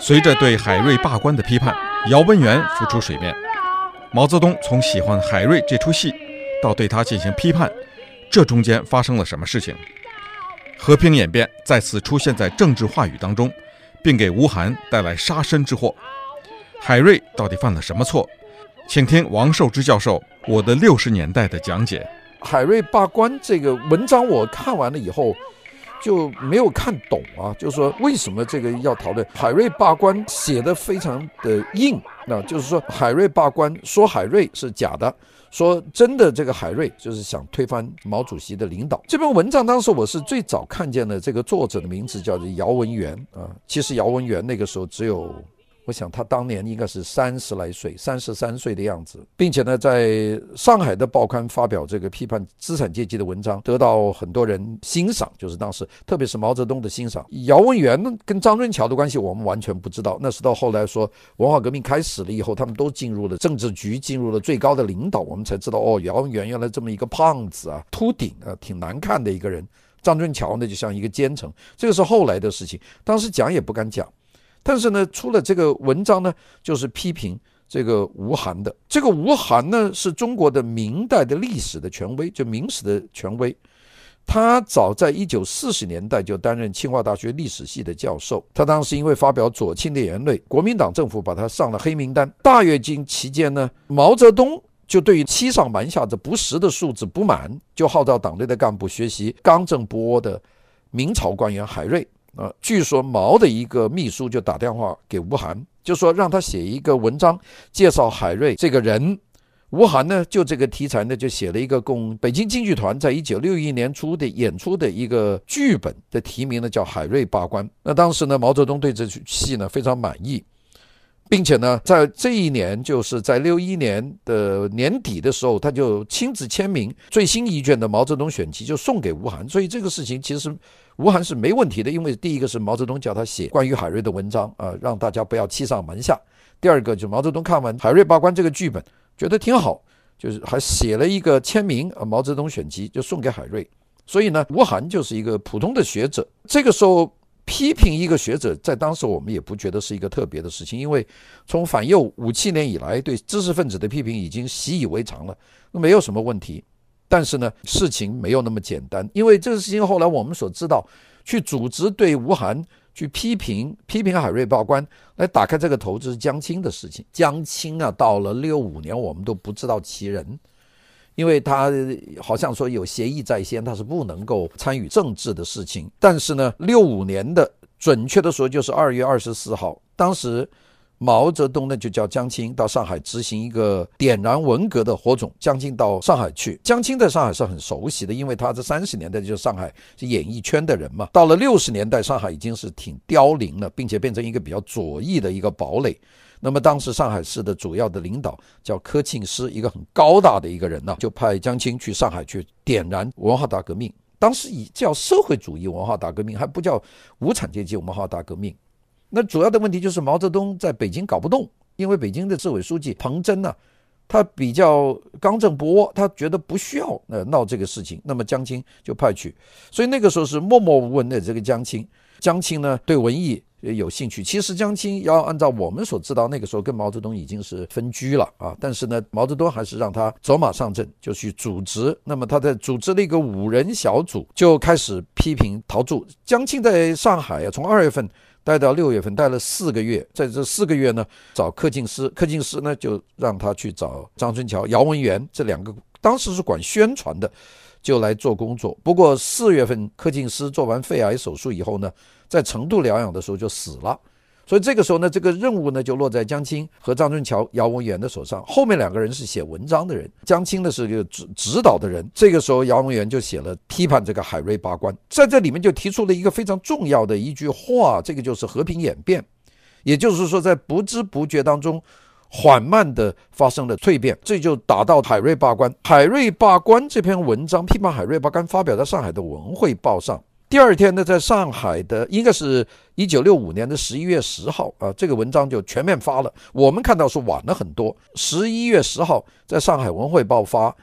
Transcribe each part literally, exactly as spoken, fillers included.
随着对海瑞罢官的批判，姚文元浮出水面。毛泽东从喜欢海瑞这出戏到对他进行批判，这中间发生了什么事情？和平演变再次出现在政治话语当中，并给吴晗带来杀身之祸。海瑞到底犯了什么错？请听王寿之教授我的六十年代的讲解。 海瑞罢官这个文章我看完了以后就没有看懂啊，就是说为什么这个要讨论海瑞罢官，写得非常的硬，那就是说海瑞罢官，说海瑞是假的，说真的这个海瑞就是想推翻毛主席的领导。这篇文章当时我是最早看见的，这个作者的名字叫做姚文元啊。其实姚文元那个时候只有，我想他当年应该是三十来岁，三十三岁的样子，并且呢，在上海的报刊发表这个批判资产阶级的文章，得到很多人欣赏，就是当时特别是毛泽东的欣赏。姚文元跟张春桥的关系我们完全不知道，那是到后来说文化革命开始了以后，他们都进入了政治局，进入了最高的领导，我们才知道哦，姚文元原来这么一个胖子啊，秃顶啊，挺难看的一个人。张春桥呢，就像一个奸臣，这个是后来的事情，当时讲也不敢讲。但是呢，出了这个文章呢，就是批评这个吴晗的。这个吴晗呢，是中国的明代的历史的权威，就明史的权威。他早在一九四十年代就担任清华大学历史系的教授。他当时因为发表左倾的言论，国民党政府把他上了黑名单。大跃进期间呢，毛泽东就对于欺上瞒下这不实的数字不满，就号召党内的干部学习刚正不阿的明朝官员海瑞。呃，据说毛的一个秘书就打电话给吴晗，就说让他写一个文章介绍海瑞这个人。吴晗呢，就这个题材呢，就写了一个供北京京剧团在一九六一年初的演出的一个剧本的题名呢，叫《海瑞罢官》。那当时呢，毛泽东对这出戏呢非常满意，并且呢，在这一年，就是在六一年的年底的时候，他就亲自签名最新一卷的毛泽东选集，就送给吴晗。所以这个事情其实吴晗是没问题的，因为第一个是毛泽东叫他写关于海瑞的文章啊、呃，让大家不要欺上瞒下。第二个就毛泽东看完海瑞罢官这个剧本，觉得挺好，就是还写了一个签名啊，毛泽东选集就送给海瑞。所以呢，吴晗就是一个普通的学者。这个时候批评一个学者，在当时我们也不觉得是一个特别的事情，因为从反右五七年以来，对知识分子的批评已经习以为常了，没有什么问题。但是呢，事情没有那么简单，因为这个事情后来我们所知道，去组织对吴晗去批评批评海瑞罢官，来打开这个头，这是江青的事情。江青啊，到了六五年我们都不知道其人，因为他好像说有协议在先，他是不能够参与政治的事情。但是呢，六五年的准确的说就是二月二十四号，当时毛泽东呢就叫江青到上海执行一个点燃文革的火种。江青到上海去，江青在上海是很熟悉的，因为他在三十年代就是上海是演艺圈的人嘛。到了六十年代，上海已经是挺凋零了，并且变成一个比较左翼的一个堡垒。那么当时上海市的主要的领导叫柯庆施，一个很高大的一个人呢、啊，就派江青去上海去点燃文化大革命。当时以叫社会主义文化大革命，还不叫无产阶级文化大革命。那主要的问题就是毛泽东在北京搞不动，因为北京的市委书记彭真呢、啊，他比较刚正不阿，他觉得不需要呃闹这个事情，那么江青就派去。所以那个时候是默默无闻的这个江青。江青呢对文艺有兴趣，其实江青要按照我们所知道，那个时候跟毛泽东已经是分居了啊，但是呢，毛泽东还是让他走马上阵，就去组织。那么他在组织了一个五人小组，就开始批评陶铸。江青在上海啊，从二月份待到六月份，待了四个月。在这四个月呢，找柯庆施，柯庆施呢就让他去找张春桥、姚文元这两个，当时是管宣传的，就来做工作。不过四月份柯庆施做完肺癌手术以后呢，在成都疗养的时候就死了。所以这个时候呢，这个任务呢就落在江青和张春桥、姚文元的手上。后面两个人是写文章的人，江青呢是个指指导的人。这个时候姚文元就写了批判这个海瑞罢官，在这里面就提出了一个非常重要的一句话，这个就是和平演变，也就是说在不知不觉当中缓慢的发生了蜕变，这就打到海瑞罢官。海瑞罢官这篇文章，批判海瑞罢官，发表在上海的文汇报上。第二天呢，在上海的应该是一九六五年的十一月十号啊，这个文章就全面发了。我们看到是晚了很多，十一月十号在上海文汇报发，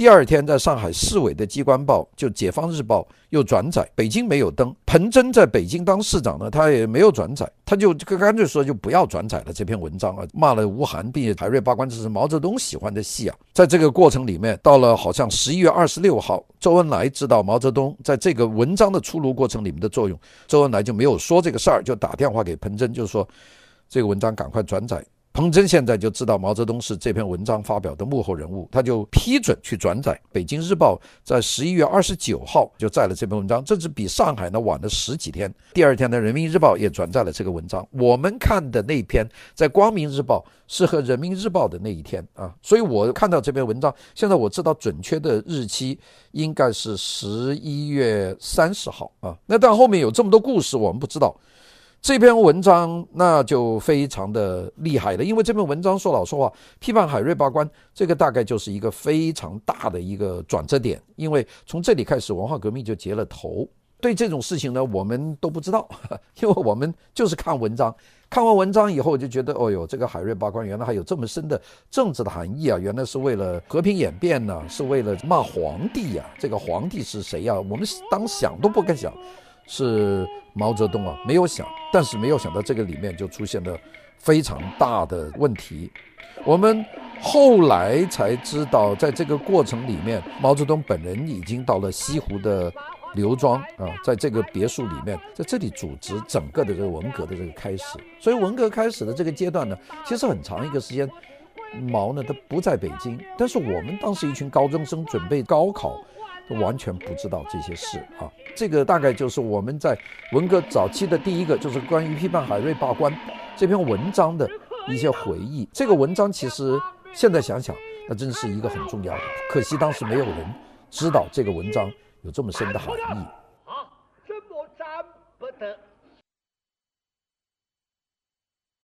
第二天在上海市委的机关报就《解放日报》又转载，北京没有登。彭真在北京当市长呢，他也没有转载，他就干脆说就不要转载了这篇文章啊，骂了吴晗，并且海瑞罢官这是毛泽东喜欢的戏啊。在这个过程里面，到了好像十一月二十六号，周恩来知道毛泽东在这个文章的出炉过程里面的作用，周恩来就没有说这个事儿，就打电话给彭真，就说这个文章赶快转载。彭真现在就知道毛泽东是这篇文章发表的幕后人物，他就批准去转载。北京日报在十一月二十九号就载了这篇文章，这只比上海呢晚了十几天。第二天的人民日报也转载了这个文章。我们看的那篇在光明日报是和人民日报的那一天啊，所以我看到这篇文章，现在我知道准确的日期应该是十一月三十号啊。那但后面有这么多故事，我们不知道。这篇文章那就非常的厉害了，因为这篇文章说老实话，批判海瑞罢官，这个大概就是一个非常大的一个转折点，因为从这里开始文化革命就结了头。对这种事情呢，我们都不知道，因为我们就是看文章，看完文章以后就觉得，哦哟，这个海瑞罢官原来还有这么深的政治的含义啊，原来是为了和平演变呢、啊，是为了骂皇帝呀、啊，这个皇帝是谁呀、啊？我们当想都不敢想。是毛泽东啊，没有想，但是没有想到这个里面就出现了非常大的问题。我们后来才知道，在这个过程里面，毛泽东本人已经到了西湖的刘庄啊，在这个别墅里面，在这里组织整个的这个文革的这个开始。所以文革开始的这个阶段呢，其实很长一个时间，毛呢他不在北京，但是我们当时一群高中生准备高考。完全不知道这些事啊，这个大概就是我们在文革早期的第一个，就是关于批判海瑞罢官这篇文章的一些回忆。这个文章其实现在想想，那真是一个很重要的，可惜当时没有人知道这个文章有这么深的含义。 啊，这么赞不得。